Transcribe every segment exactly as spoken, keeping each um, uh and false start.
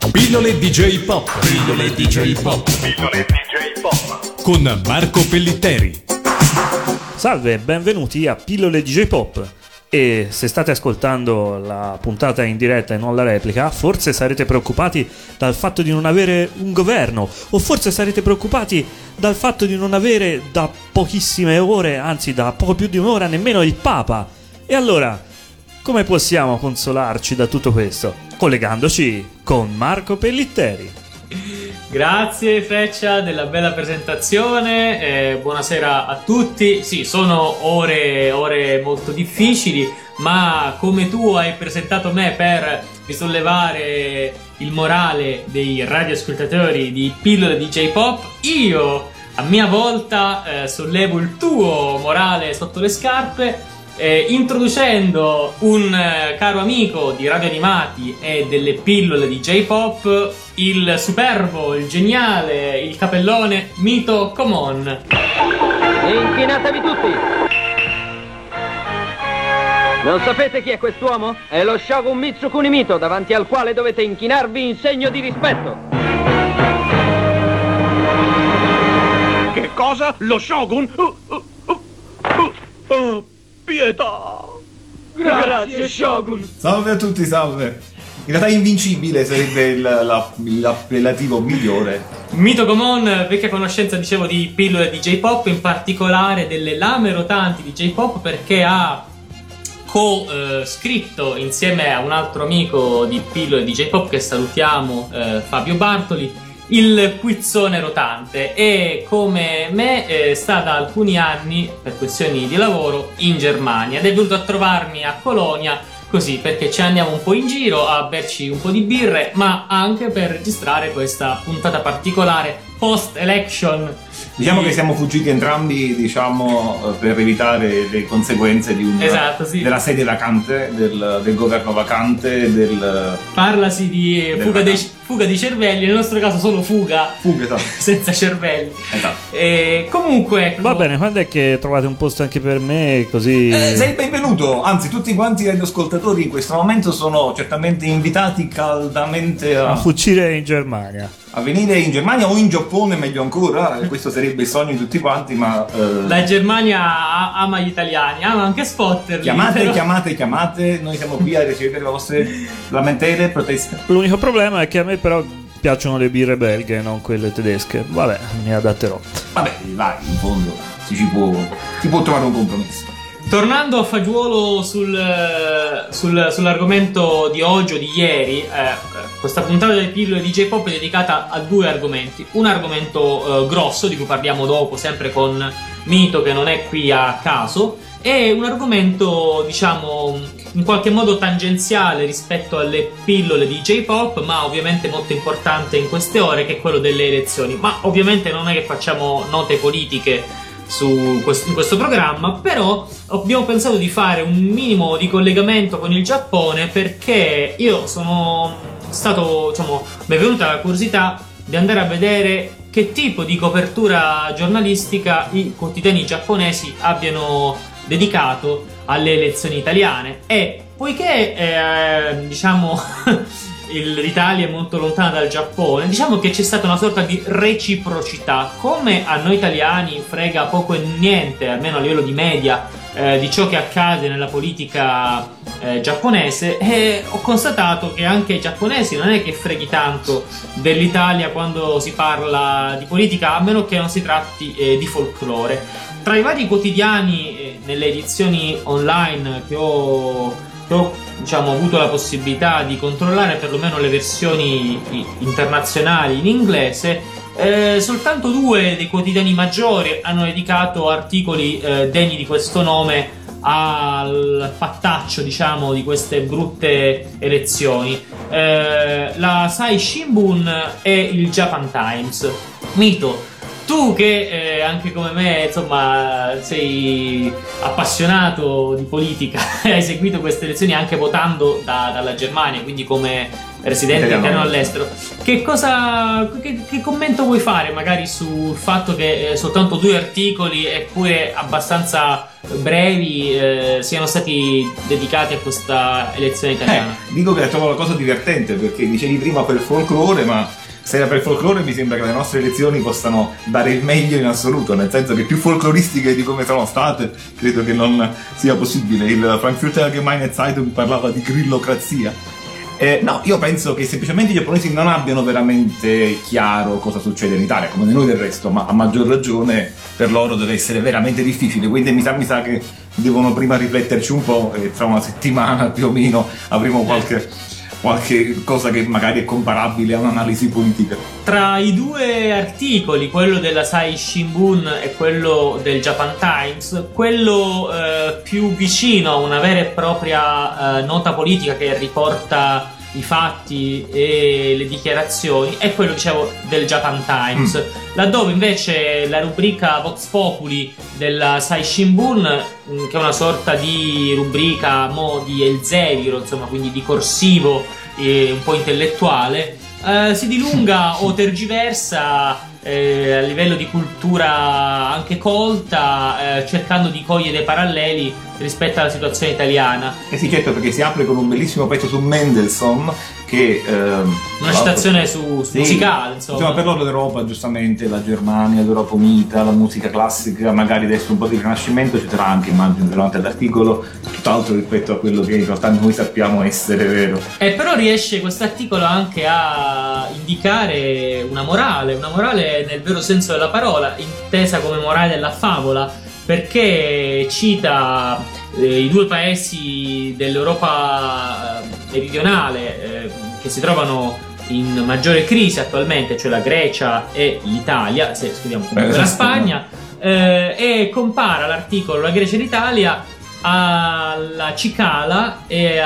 Pillole D J Pop. Pillole D J Pop. Pillole D J Pop. Con Marco Pellitteri. Salve, benvenuti a Pillole D J Pop. E se state ascoltando la puntata in diretta e non la replica, forse sarete preoccupati dal fatto di non avere un governo, o forse sarete preoccupati dal fatto di non avere da pochissime ore, anzi da poco più di un'ora, nemmeno il Papa. E allora, come possiamo consolarci da tutto questo? Collegandoci con Marco Pellitteri. Grazie Freccia della bella presentazione, eh, buonasera a tutti. Sì, sono ore, ore molto difficili, ma come tu hai presentato me per risollevare il morale dei radioascoltatori di Pillole D J Pop, io a mia volta eh, sollevo il tuo morale sotto le scarpe, Eh, introducendo un eh, caro amico di Radio Animati e delle pillole di J-Pop, il superbo, il geniale, il capellone Mito Komon. Inchinatevi tutti! Non sapete chi è quest'uomo? È lo Shogun Mitsukuni Mito, davanti al quale dovete inchinarvi in segno di rispetto. Che cosa? Lo Shogun? Uh, uh, uh, uh, uh. Pietà! Grazie, Shogun! Salve a tutti, salve! In realtà invincibile sarebbe il, la, l'appellativo migliore. Mito Komon, vecchia conoscenza, dicevo, di pillole di J-Pop, in particolare delle lame rotanti di J-Pop, perché ha co-scritto eh, insieme a un altro amico di pillole di J-Pop, che salutiamo, eh, Fabio Bartoli, il quizzone rotante, e come me eh, sta da alcuni anni, per questioni di lavoro, in Germania, ed è venuto a trovarmi a Colonia così, perché ci andiamo un po' in giro a berci un po' di birre, ma anche per registrare questa puntata particolare post-election. Diciamo che siamo fuggiti entrambi, diciamo, per evitare le conseguenze di un, esatto, sì. della sede vacante, del, del governo vacante, del... Parlasi di del fuga, dei, fuga di cervelli, nel nostro caso solo fuga, fuga, esatto. senza cervelli. Esatto. E comunque... Va bene, quando è che trovate un posto anche per me, così... Eh, sei benvenuto, anzi tutti quanti i radioascoltatori in questo momento sono certamente invitati caldamente a... a fuggire in Germania. A venire in Germania o in Giappone, meglio ancora, questo sarebbe il sogno di tutti quanti, ma... Eh... La Germania ama gli italiani, ama anche spotterli. Chiamate, però... chiamate, chiamate, noi siamo qui a ricevere le vostre lamentele, proteste. L'unico problema è che a me però piacciono le birre belghe, non quelle tedesche. Vabbè, mi adatterò. Vabbè, vai, in fondo si, ci può, si può trovare un compromesso. Tornando a fagiolo sul, sul, sull'argomento di oggi o di ieri, eh, questa puntata delle pillole di J-Pop è dedicata a due argomenti. Un argomento eh, grosso, di cui parliamo dopo, sempre con Mito, che non è qui a caso, e un argomento, diciamo, in qualche modo tangenziale rispetto alle pillole di J-Pop, ma ovviamente molto importante in queste ore, che è quello delle elezioni. Ma ovviamente non è che facciamo note politiche su questo, in questo programma, però abbiamo pensato di fare un minimo di collegamento con il Giappone, perché io sono stato, diciamo, mi è venuta la curiosità di andare a vedere che tipo di copertura giornalistica i quotidiani giapponesi abbiano dedicato alle elezioni italiane. E poiché eh, diciamo l'Italia è molto lontana dal Giappone, diciamo che c'è stata una sorta di reciprocità. Come a noi italiani frega poco e niente, almeno a livello di media, eh, di ciò che accade nella politica eh, giapponese, e ho constatato che anche ai giapponesi non è che freghi tanto dell'Italia quando si parla di politica, a meno che non si tratti eh, di folklore. Tra i vari quotidiani eh, nelle edizioni online che ho, che ho diciamo avuto la possibilità di controllare, perlomeno le versioni internazionali in inglese, eh, soltanto due dei quotidiani maggiori hanno dedicato articoli eh, degni di questo nome al fattaccio, diciamo, di queste brutte elezioni. Eh, la Asahi Shimbun e il Japan Times. Mito, tu che eh, anche come me, insomma, sei appassionato di politica, hai seguito queste elezioni anche votando da, dalla Germania, quindi come residente italiano all'estero, che cosa, che, che commento vuoi fare magari sul fatto che eh, soltanto due articoli, eppure abbastanza brevi eh, siano stati dedicati a questa elezione italiana. Eh, dico che trovo la cosa divertente, perché dicevi prima per folklore, ma se era per folklore mi sembra che le nostre elezioni possano dare il meglio in assoluto, nel senso che più folkloristiche di come sono state credo che non sia possibile. Il Frankfurter Allgemeine Zeitung parlava di grillocrazia. Eh, no, io penso che semplicemente i giapponesi non abbiano veramente chiaro cosa succede in Italia, come noi del resto, ma a maggior ragione per loro deve essere veramente difficile, quindi mi sa, mi sa che devono prima rifletterci un po' e tra una settimana più o meno avremo qualche... qualche cosa che magari è comparabile a un'analisi politica. Tra i due articoli, quello della Asahi Shimbun e quello del Japan Times, quello eh, più vicino a una vera e propria eh, nota politica che riporta i fatti e le dichiarazioni è quello, dicevo, del Japan Times, mm. laddove invece la rubrica Vox Populi della Asahi Shimbun, che è una sorta di rubrica mo di Elsevier, insomma, quindi di corsivo e un po' intellettuale, eh, si dilunga o tergiversa eh, a livello di cultura anche colta, eh, cercando di cogliere dei paralleli rispetto alla situazione italiana. Eh sì, certo, perché si apre con un bellissimo pezzo su Mendelssohn che ehm, una citazione su, su sì, musicale, insomma. insomma per loro l'Europa, giustamente la Germania, l'Europa unita, la musica classica, magari adesso un po' di rinascimento ci sarà anche, immagino, durante l'articolo, tutt'altro rispetto a quello che in realtà noi sappiamo essere vero. E però riesce quest'articolo anche a indicare una morale, una morale nel vero senso della parola, intesa come morale della favola, perché cita eh, i due paesi dell'Europa meridionale eh, che si trovano in maggiore crisi attualmente, cioè la Grecia e l'Italia, se scriviamo comunque la Spagna, eh, e compara l'articolo la Grecia e l'Italia alla cicala e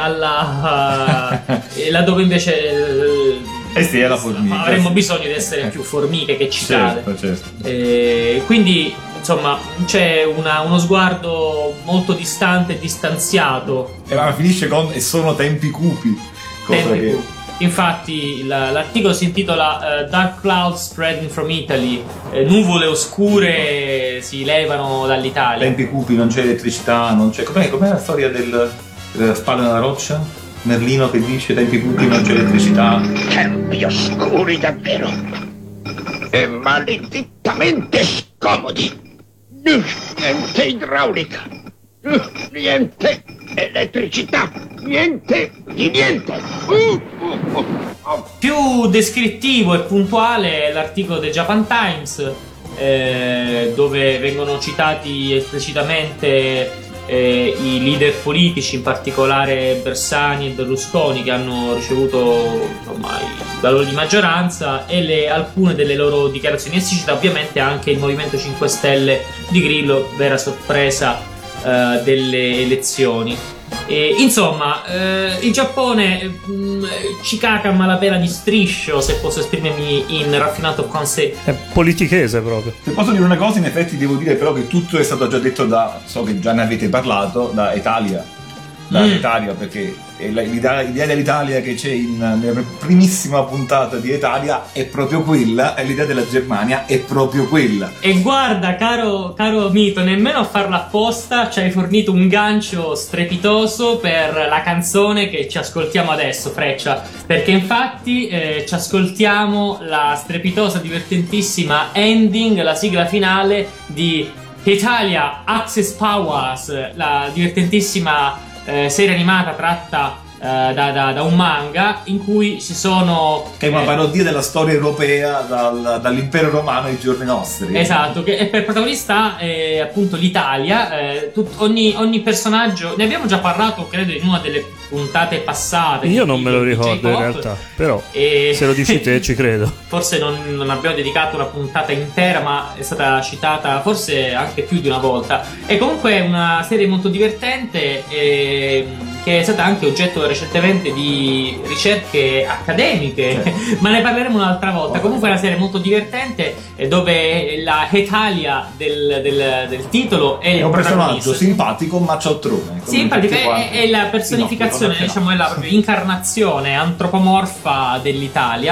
alla uh, laddove invece eh, eh sì, è la formica, avremmo bisogno di essere più formiche che cicale. Certo, certo. Eh, quindi insomma c'è una, uno sguardo molto distante e distanziato, e ma finisce con e sono tempi cupi, cosa tempi che... cupi. Infatti la, l'articolo si intitola uh, Dark Clouds Spreading from Italy, eh, nuvole oscure si levano dall'Italia. Tempi cupi, non c'è elettricità, non c'è... Com'è, com'è la storia del, della spada nella roccia? Merlino che dice tempi cupi, non c'è elettricità. Tempi oscuri davvero e maledettamente scomodi. Niente idraulica, niente elettricità, niente di niente. Uh, uh, uh, uh. Più descrittivo e puntuale è l'articolo del Japan Times, eh, dove vengono citati esplicitamente eh, i leader politici, in particolare Bersani e Berlusconi, che hanno ricevuto insomma i valori di maggioranza, e le, alcune delle loro dichiarazioni. E si cita ovviamente anche il Movimento cinque Stelle di Grillo, vera sorpresa eh, delle elezioni. E, insomma, eh, il Giappone mh, ci caca a malapena di striscio, se posso esprimermi in raffinato francese. È politichese proprio. Se posso dire una cosa, in effetti devo dire però che tutto è stato già detto da, so che già ne avete parlato, da Italia, da Mm. Italia, perché è la- l'idea, l'idea dell'Italia che c'è in, nella primissima puntata di Italia è proprio quella, e l'idea della Germania è proprio quella. E guarda, caro, caro Mito, nemmeno a farlo apposta ci hai fornito un gancio strepitoso per la canzone che ci ascoltiamo adesso, Freccia. Perché infatti eh, ci ascoltiamo la strepitosa, divertentissima ending, la sigla finale di Italia Access Powers, la divertentissima eh, serie animata tratta eh, da, da, da un manga in cui ci sono... Che è una eh, parodia della storia europea dal- dall'impero romano ai giorni nostri. Esatto, che e per protagonista è appunto l'Italia. eh, tut- ogni, ogni personaggio, ne abbiamo già parlato credo in una delle puntate passate. Io di- non me lo di ricordo in J-Pop, realtà, però e- se lo dici te ci credo. Forse non, non abbiamo dedicato una puntata intera, ma è stata citata forse anche più di una volta. E comunque è una serie molto divertente, ehm, che è stata anche oggetto recentemente di ricerche accademiche, ma ne parleremo un'altra volta. Comunque è una serie molto divertente, eh, dove la Italia del, del, del titolo è, È il un personaggio protagonista. simpatico ma cialtrone. Sì, infatti è, è la personificazione, No, diciamo, è la propria incarnazione antropomorfa dell'Italia.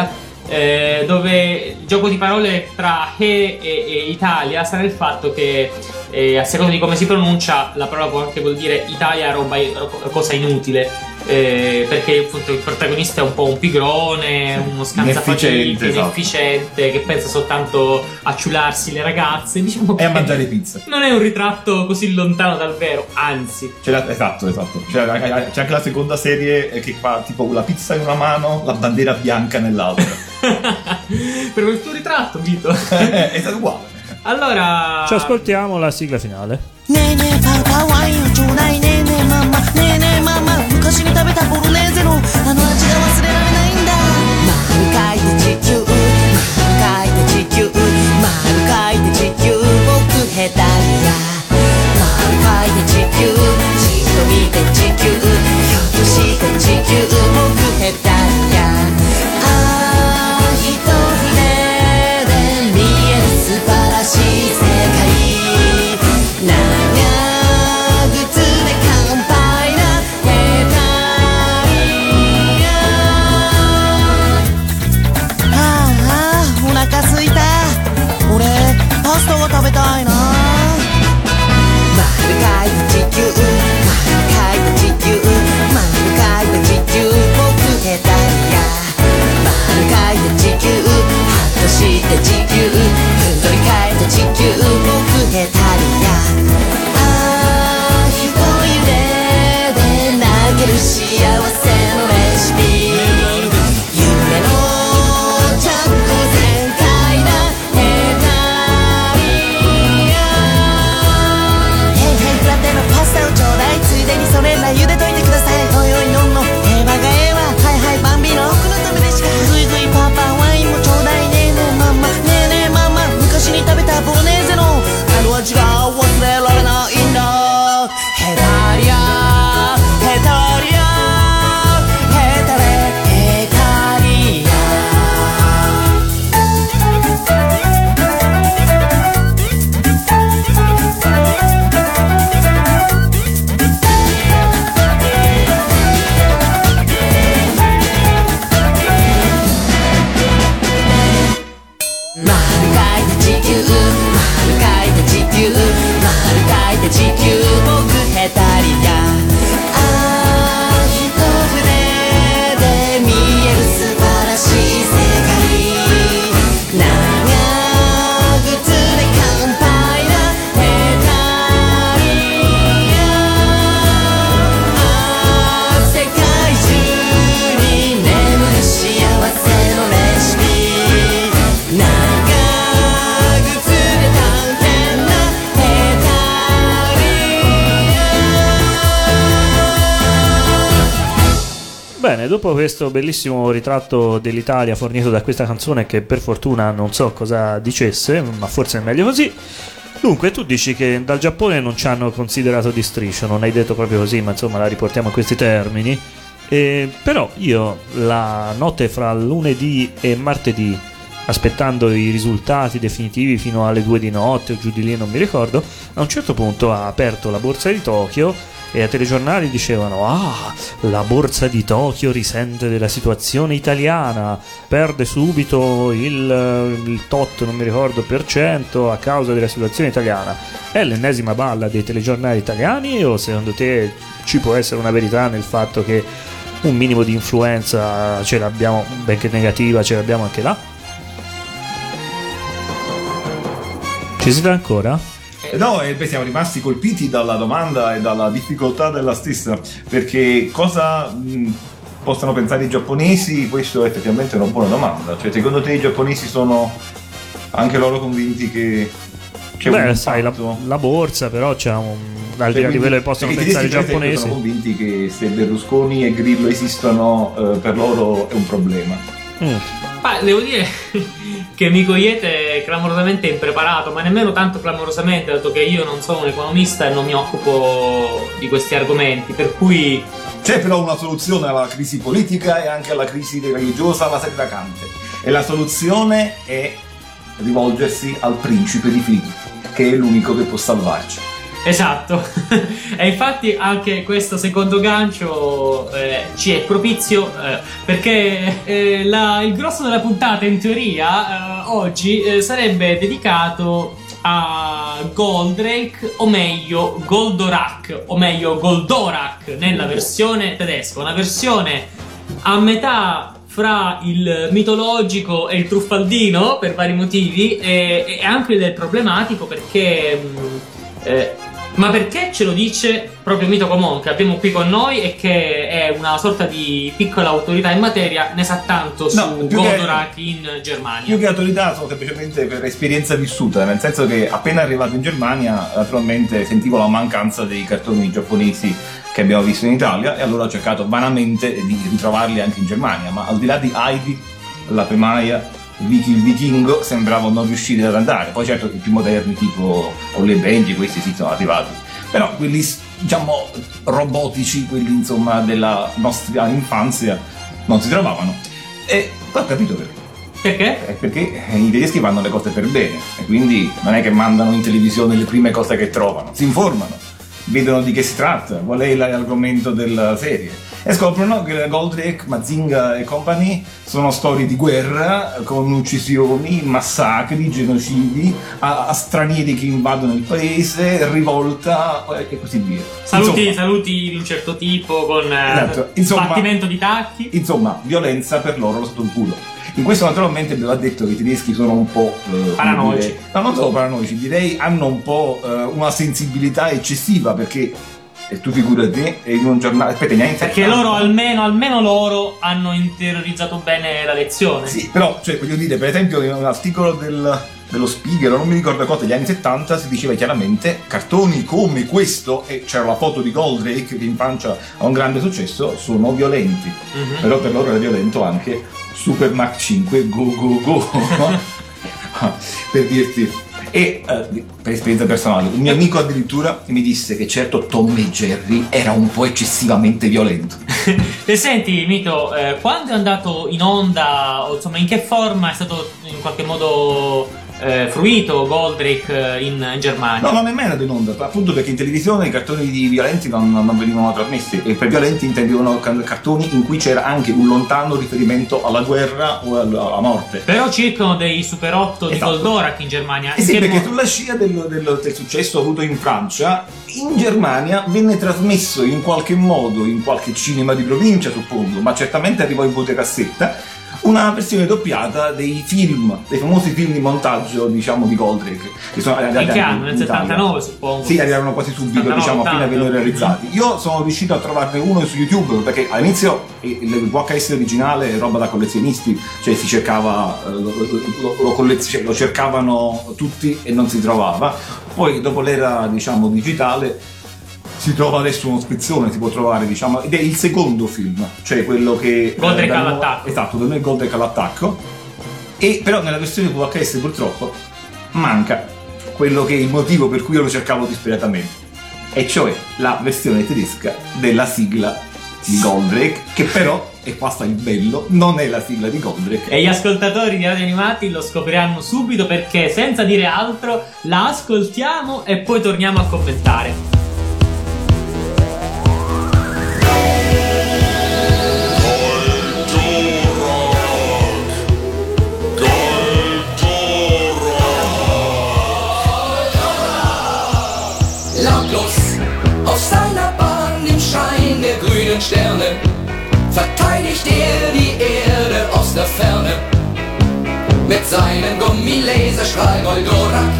eh, dove il gioco di parole tra He e, e Italia sarà il fatto che eh, a seconda di come si pronuncia la parola può anche vuol dire Italia, roba, cosa inutile, eh, perché appunto il protagonista è un po' un pigrone, uno scansafatica, inefficiente, esatto, che pensa soltanto a ciularsi le ragazze, diciamo, e a mangiare pizza. Non è un ritratto così lontano dal vero, anzi. C'è la, esatto, esatto. C'è, c'è anche la seconda serie che fa tipo la pizza in una mano, la bandiera bianca nell'altra. Per il tuo ritratto, Vito. È stato uguale. Allora ci ascoltiamo la sigla finale. Nene papa wine chōdai nene mama nene mama mukashi ni tabeta bolognese no ano aji ga wasureranaiんだ Maru kaite chikyu Maru kaite chikyu Maru kaite chikyu boku hetaria Maru kaite chikyu Chitto mite chikyu Hyotto shite chikyu boku hetaria Ah hitori de mieru subarashii sekai Bene, dopo questo bellissimo ritratto dell'Italia fornito da questa canzone, che per fortuna non so cosa dicesse, ma forse è meglio così. Dunque, tu dici che dal Giappone non ci hanno considerato di striscio, non hai detto proprio così, ma insomma la riportiamo a questi termini. E, però io la notte fra lunedì e martedì, aspettando i risultati definitivi fino alle due di notte o giù di lì, non mi ricordo, a un certo punto ha aperto la borsa di Tokyo e ai telegiornali dicevano: ah, la borsa di Tokyo risente della situazione italiana, perde subito il, il tot, non mi ricordo, per cento a causa della situazione italiana. È l'ennesima balla dei telegiornali italiani, o secondo te ci può essere una verità nel fatto che un minimo di influenza ce l'abbiamo, benché negativa, ce l'abbiamo anche là? Ci siete ancora? No, e beh, siamo rimasti colpiti dalla domanda e dalla difficoltà della stessa, perché cosa mh, possono pensare i giapponesi? Questo è effettivamente una buona domanda. Cioè, secondo te i giapponesi sono anche loro convinti che c'è Beh, un sai, la, la borsa però c'è un, al di là di quello che possono pensare i giapponesi, sono convinti che se Berlusconi e Grillo esistono, eh, per loro è un problema. Mm. Ma devo dire che Mikoyete è clamorosamente impreparato, ma nemmeno tanto clamorosamente, dato che io non sono un economista e non mi occupo di questi argomenti, per cui... C'è però una soluzione alla crisi politica e anche alla crisi religiosa, alla sede vacante, e la soluzione è rivolgersi al principe di Filippo, che è l'unico che può salvarci. Esatto. E infatti anche questo secondo gancio eh, ci è propizio eh, perché eh, la, il grosso della puntata in teoria eh, oggi eh, sarebbe dedicato a Goldrake, o meglio Goldorak, o meglio Goldorak nella versione tedesca, una versione a metà fra il mitologico e il truffaldino per vari motivi, e, e anche del problematico perché mh, eh, ma perché ce lo dice proprio Mito Comon, che abbiamo qui con noi e che è una sorta di piccola autorità in materia, ne sa tanto su No, più Goldorak che- in Germania. Più che autorità sono semplicemente per esperienza vissuta, nel senso che appena arrivato in Germania naturalmente sentivo la mancanza dei cartoni giapponesi che abbiamo visto in Italia e allora ho cercato vanamente di ritrovarli anche in Germania, ma al di là di Heidi, la Pemaia, Vicky il Vichingo sembravano non riuscire ad andare. Poi certo che i più moderni tipo Ollie e Benji, questi sì sono arrivati, però quelli diciamo robotici, quelli insomma della nostra infanzia non si trovavano. E poi ho capito perché. Perché? È perché i tedeschi fanno le cose per bene e quindi non è che mandano in televisione le prime cose che trovano, si informano, vedono di che si tratta, qual è l'argomento della serie e scoprono che Goldrake, Mazinga e compagni sono storie di guerra con uccisioni, massacri, genocidi, a, a stranieri che invadono il paese, rivolta e così via. Saluti, Insomma, saluti di un certo tipo con eh, Esatto. Insomma- sbattimento di tacchi. insomma, violenza per loro lo stato un culo. In questo naturalmente va detto che i tedeschi sono un po' eh, come Paranoici. dire- no, non solo paranoici, direi hanno un po' eh, una sensibilità eccessiva perché e tu figurati e in un giornale aspetta, ne hai Perché loro almeno, almeno loro hanno interiorizzato bene la lezione. sì, però cioè voglio dire, per esempio in un articolo del, dello Spiegel, non mi ricordo cosa, degli anni settanta si diceva chiaramente cartoni come questo, e c'era la foto di Goldrake che in Francia ha un grande successo, sono violenti. Mhm. Però per loro era violento anche Super Mac cinque Go Go Go per dirti. E eh, per esperienza personale, un mio amico addirittura mi disse che certo Tom e Jerry era un po' eccessivamente violento. E senti, Mito, eh, quando è andato in onda, o insomma in che forma è stato in qualche modo eh, fruito Goldrake eh, in, in Germania? No, non è mai andato in onda, appunto perché in televisione i cartoni di violenti non, non venivano trasmessi, e per violenti intendevano can- cartoni in cui c'era anche un lontano riferimento alla guerra o alla, alla morte. Però circolano dei Super otto di Esatto. Goldorak in Germania. Eh sì, Che perché mo- sulla scia del, del- del successo avuto in Francia, in Germania venne trasmesso in qualche modo, in qualche cinema di provincia suppongo, ma certamente arrivò in botecassetta, una versione doppiata dei film, dei famosi film di montaggio, diciamo, di Goldrake, che sono arrivati in che anche anno? Nel in Italia. settantanove suppongo. Sì, arrivarono quasi subito, settantanove, diciamo, appena ottanta. vennero realizzati. Io sono riuscito a trovarne uno su YouTube, perché all'inizio il V H S originale è roba da collezionisti, cioè si cercava, eh, lo, lo- lo collez- cioè, lo cercavano tutti e non si trovava. Poi dopo l'era, diciamo, digitale si trova adesso uno spezzone, si può trovare, diciamo, ed è il secondo film, cioè quello che... Goldrake eh, da noi- all'attacco. Esatto, da noi Goldrake all'attacco. E però nella versione V H S purtroppo manca quello che è il motivo per cui io lo cercavo disperatamente, e cioè la versione tedesca della sigla di Goldrake, che però, e qua sta il bello, non è la sigla di Goldrake. E gli ascoltatori di Radio Animati lo scopriranno subito, perché senza dire altro la ascoltiamo e poi torniamo a commentare. Lautlos aus seiner Bahn im Schein der grünen Sterne verteidigt er die Erde aus der Ferne mit seinem Gummilaserstrahl Goldorak.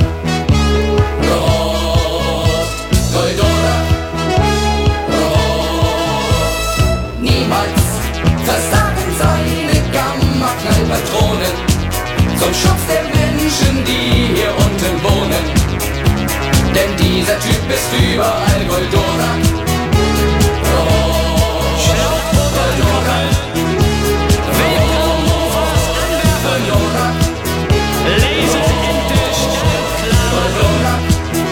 Rot, Goldorak, rot. Niemals versagen seine Gamma-Knallpatronen zum Schutz der Menschen, die hier unten wohnen. Denn dieser Typ ist überall Goldorak. Rot, Goldorak, Goldorak, Goldorak,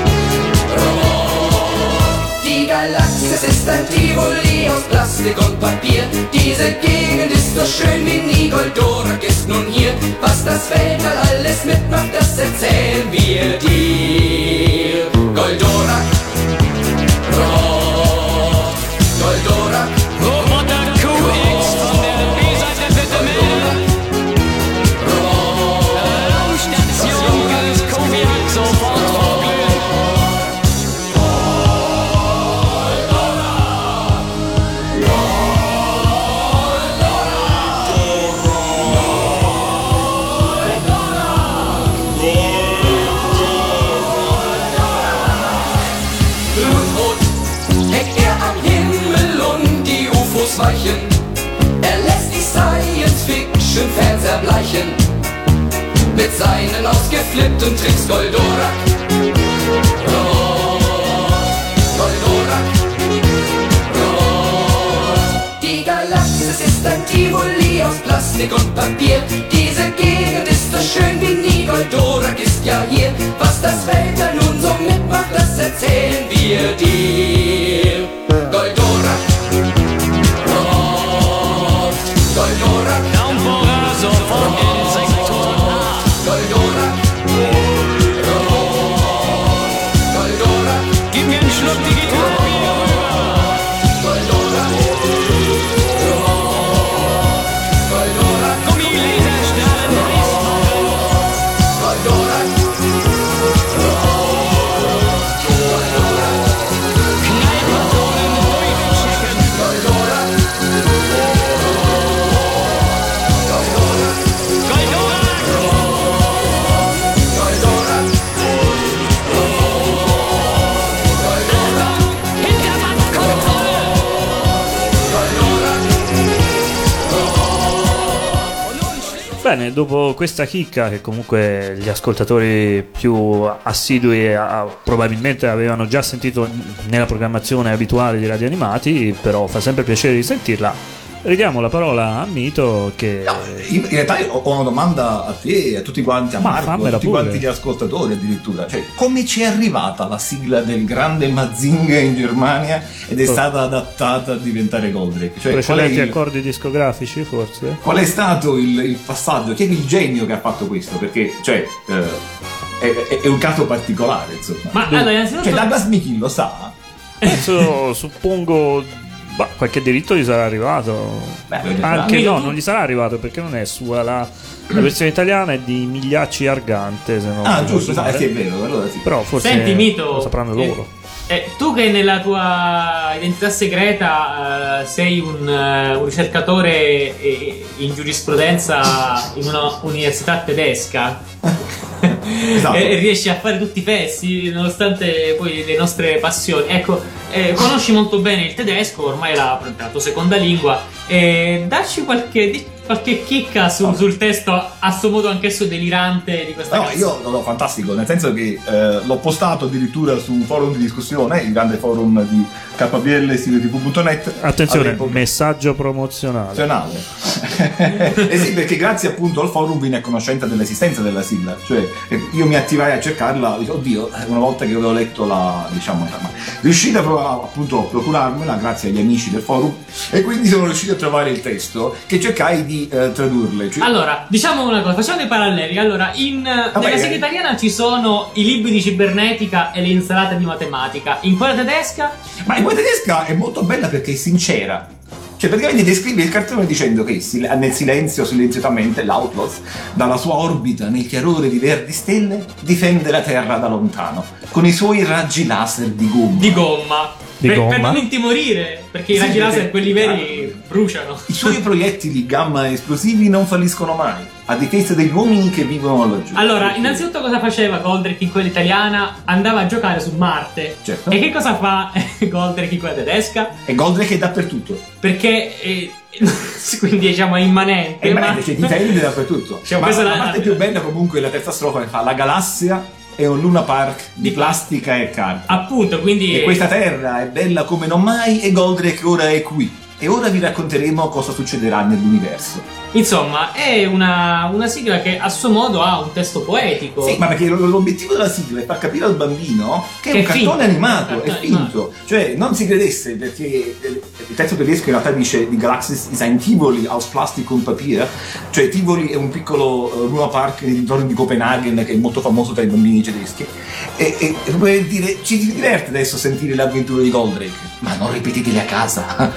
Rot. Die Galaxis ist ein Tivoli aus Plastik und Papier. Diese Gegend ist so schön wie nie. Goldorak ist nun hier. Was das Weltall alles mitmacht, das erzählen wir dir. Goldorak, gern zerbleichen. Mit seinen ausgeflippten Tricks Goldorak. Rot, Goldorak. Rot. Die Galaxis ist ein Tivoli aus Plastik und Papier. Diese Gegend ist so schön wie nie. Goldorak ist ja hier. Was das Weltall nun so mitmacht, das erzählen wir dir. Goldorak. Rot. Goldorak. Raumfahrer sofort in Sektor A. Goldorak. Goldorak. Gib mir einen Schluck Digitalbier rüber. Goldorak. Goldorak. Gummilaserstern, Eisball. Goldorak. Kneipenzonen durchchecken. Goldorak. Goldorak. Goldorak. Achtung, Hinterwandkontrolle. Bene, dopo questa chicca che comunque gli ascoltatori più assidui a- probabilmente avevano già sentito nella programmazione abituale di Radio Animati, però fa sempre piacere di sentirla, ridiamo la parola a Mito che... No, in in realtà ho ho una domanda a te e a tutti quanti, a Ma Marco, a fammela tutti pure. quanti gli ascoltatori addirittura. Cioè, come ci è arrivata la sigla del grande Mazinga in Germania ed è Oh. stata adattata a diventare Goldrake? Cioè, qual è, Precedenti il, accordi discografici forse? qual è stato il, il passaggio? Chi è il genio che ha fatto questo? Perché, cioè, eh, è, è- è un caso particolare, insomma. Ma allora, innanzitutto, Cioè, Douglas Mikin lo sa? Adesso suppongo... bah, qualche diritto gli sarà arrivato. Beh, voglio dire, Anche Mito, no, tu- non gli sarà arrivato perché non è sua. La, la versione italiana è di Migliacci Argante. Se non Ah, ricordo giusto, sa, male. sì, è vero, allora sì. Però forse senti Mito, lo sapranno eh, loro. eh, tu che nella tua identità segreta eh, sei un, eh, un ricercatore eh, in giurisprudenza in una università tedesca Esatto. e, e riesci a fare tutti i pezzi nonostante poi le nostre passioni, ecco, eh, conosci molto bene il tedesco, ormai è la, la tua seconda lingua, e dacci qualche, di- qualche chicca su- sul testo a suo modo anch'esso delirante di questa No, canzone. io lo do fantastico, nel senso che eh, l'ho postato addirittura su un forum di discussione, il grande forum di K P L studio T V punto net. Attenzione, all'epoca. messaggio promozionale. Nazionale. Eh sì, perché grazie appunto al forum vine a conoscenza dell'esistenza della sigla. Cioè, eh, io mi attivai a cercarla, dico, oddio, una volta che avevo letto la, diciamo, ma riuscito a prov- appunto a procurarmela grazie agli amici del forum, e quindi sono riuscito a trovare il testo che cercai di eh, tradurle. Cioè, Allora, diciamo una cosa, facciamo dei paralleli. Allora, in, nella sigla eh. italiana ci sono i libri di cibernetica e le insalate di matematica. In quella tedesca, Ma in quella tedesca è molto bella perché è sincera. Cioè, praticamente descrive il cartone dicendo che sil- nel silenzio, silenziosamente, l'Outlaws, dalla sua orbita nel chiarore di verdi stelle, difende la Terra da lontano, con i suoi raggi laser di gomma. di gomma. Di per, gomma? per non intimorire, perché i Sì, raggi perché- laser, quelli veri, bruciano. I suoi proiettili gamma esplosivi non falliscono mai, a difesa degli uomini che vivono laggiù. Allora, innanzitutto cosa faceva Goldrake in quella italiana? Andava a giocare su Marte. Certo. E che cosa fa Goldrake in quella tedesca? E Goldrake è dappertutto. Perché, eh, quindi diciamo è immanente. E ma- ma... cioè, difende dappertutto. Cioè, Ma questa la è la- parte più bella comunque è la terza strofa che fa: la galassia è un Luna Park di Di- plastica e carta. Appunto, quindi... E questa terra è bella come non mai e Goldrake ora è qui. E ora vi racconteremo cosa succederà nell'universo. Insomma, è una, una sigla che a suo modo ha un testo poetico. Sì, ma perché l- l'obiettivo della sigla è far capire al bambino che, Che è un è finto. cartone animato, È un è cartone finto. Cioè, non si credesse, perché eh, il testo tedesco in realtà dice di Galaxis is ein Tivoli aus Plastik und Papier. Cioè, Tivoli è un piccolo uh, Luna Park nei dintorni di Copenaghen che è molto famoso tra i bambini tedeschi. E, e per dire, ci diverte adesso sentire le avventure di Goldrake, ma non ripetitele a casa.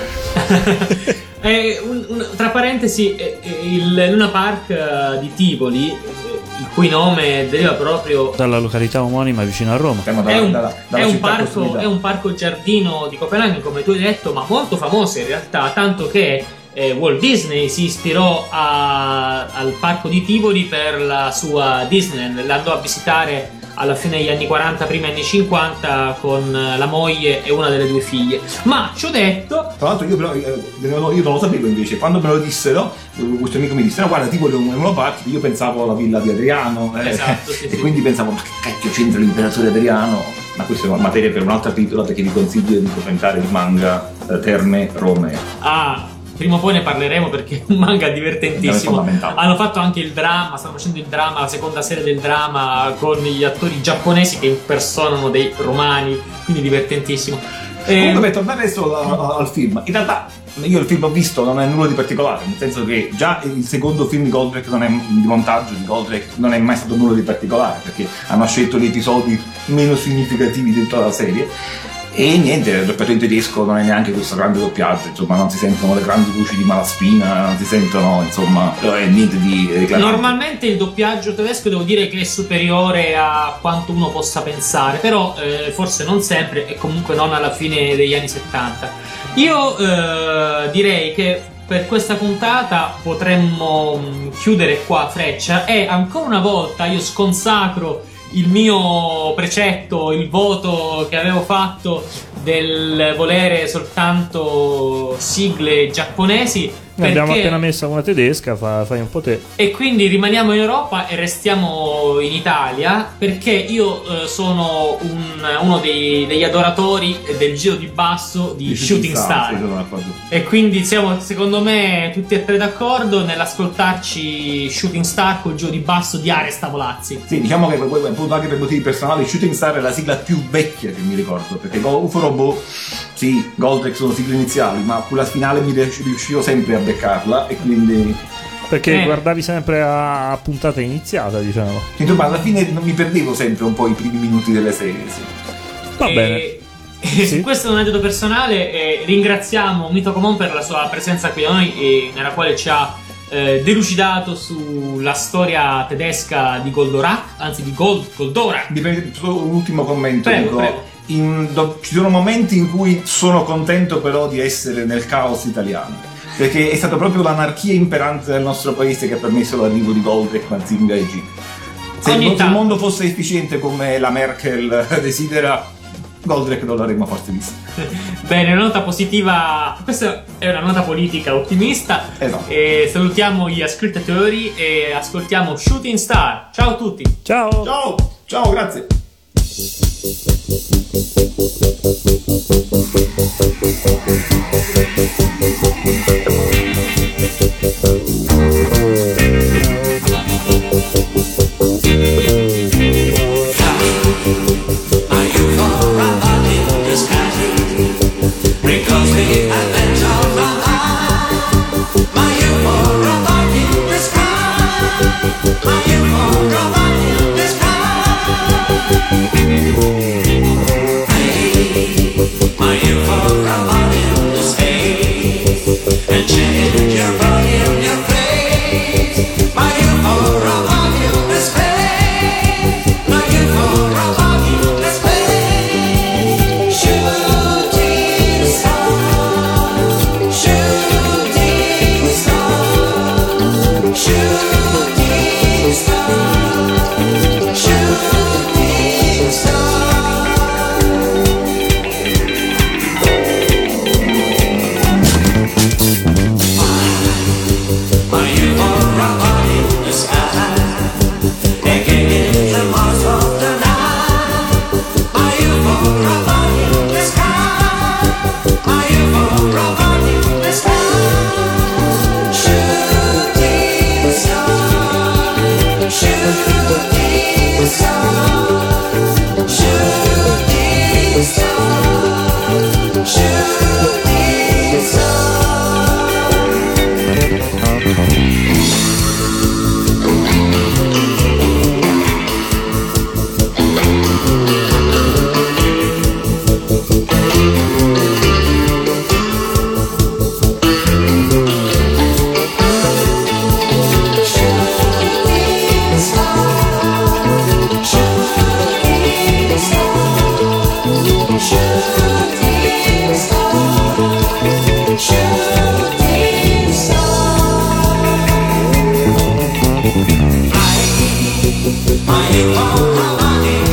È un- un- tra parentesi, eh, eh, il Luna Park eh, di Tivoli, eh, il cui nome deriva proprio... Dalla località omonima vicino a Roma. Siamo È dalla- un, dalla- dalla è un città parco, costruita. è un parco giardino di Copenaghen, come tu hai detto, ma molto famoso in realtà, tanto che eh, Walt Disney si ispirò a- al parco di Tivoli per la sua Disneyland, l'andò a visitare alla fine degli anni quaranta, primi anni cinquanta, con la moglie e una delle due figlie. Ma ciò detto, tra l'altro io però eh, io non lo sapevo invece, quando me lo dissero, questo amico mi disse no guarda tipo un monopark, io pensavo alla villa di Adriano, eh, esatto, sì, e sì. quindi pensavo ma che cacchio c'entra l'imperatore Adriano, ma questa è una materia per un'altra pillola, perché vi consiglio di commentare il manga eh, Terme Romeo. ah prima o poi ne parleremo perché è un manga divertentissimo. Hanno fatto anche il dramma, stanno facendo il dramma, la seconda serie del dramma con gli attori giapponesi che impersonano dei romani, quindi divertentissimo. Comunque per tornare adesso al, al film, in realtà io il film ho visto, non è nulla di particolare, nel senso che già il secondo film di Goldrake non è, di montaggio di Goldrake non è mai stato nulla di particolare, perché hanno scelto gli episodi meno significativi di tutta la serie. E niente, il doppiato in tedesco non è neanche questo grande doppiaggio, insomma non si sentono le grandi voci di Malaspina, non si sentono, insomma, è niente di reclamante. Normalmente il doppiaggio tedesco devo dire che è superiore a quanto uno possa pensare, però eh, forse non sempre e comunque non alla fine degli anni settanta. Io eh, direi che per questa puntata potremmo chiudere qua Freccia, e ancora una volta io sconsacro il mio precetto, il voto che avevo fatto del volere soltanto sigle giapponesi. Ne abbiamo appena messa una tedesca, fa, fai un po' te. E quindi rimaniamo in Europa e restiamo in Italia, perché io eh, sono un, uno dei, degli adoratori del giro di basso di, di Shooting Star, Star. E quindi siamo secondo me tutti e tre d'accordo nell'ascoltarci Shooting Star col giro di basso di Aresta Volazzi. Sì, diciamo che appunto anche per motivi personali Shooting Star è la sigla più vecchia che mi ricordo, perché U F O Robot, sì, Goldrake sono sigle iniziali, ma quella finale mi riuscivo sempre a beccarla, e quindi perché eh. guardavi sempre a puntata iniziata, diciamo. Insomma, alla fine non mi perdevo sempre un po' i primi minuti delle serie, sì. Va e... bene. Sì. Questo è un aneddoto personale, e ringraziamo Mito Comon per la sua presenza qui da noi, e nella quale ci ha eh, delucidato sulla storia tedesca di Goldorak, anzi di Gold, Goldorak. Solo un ultimo commento. Prego, dico. prego. In, do, ci sono momenti in cui sono contento però di essere nel caos italiano, perché è stata proprio l'anarchia imperante del nostro paese che ha permesso l'arrivo di Goldrake, Mazinga e G. Se il, il mondo fosse efficiente come la Merkel desidera, Goldrake non l'avremmo forse visto. Bene, una nota positiva, questa è una nota politica ottimista. Esatto. E salutiamo gli ascoltatori e ascoltiamo Shooting Star. Ciao a tutti. Ciao. Ciao, ciao, grazie. My, my, my, my, my,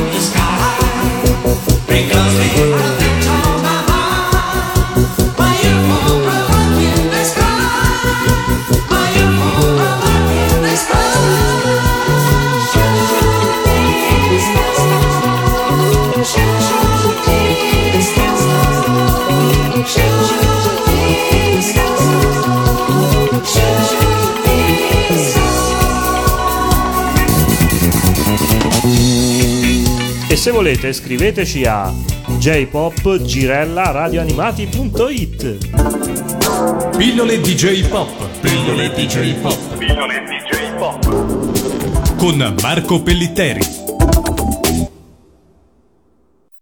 E se volete scriveteci a j pop girella radioanimati punto it. Pillole D J Pop. Pillole D J Pop. Pillole D J Pop. Con Marco Pellitteri.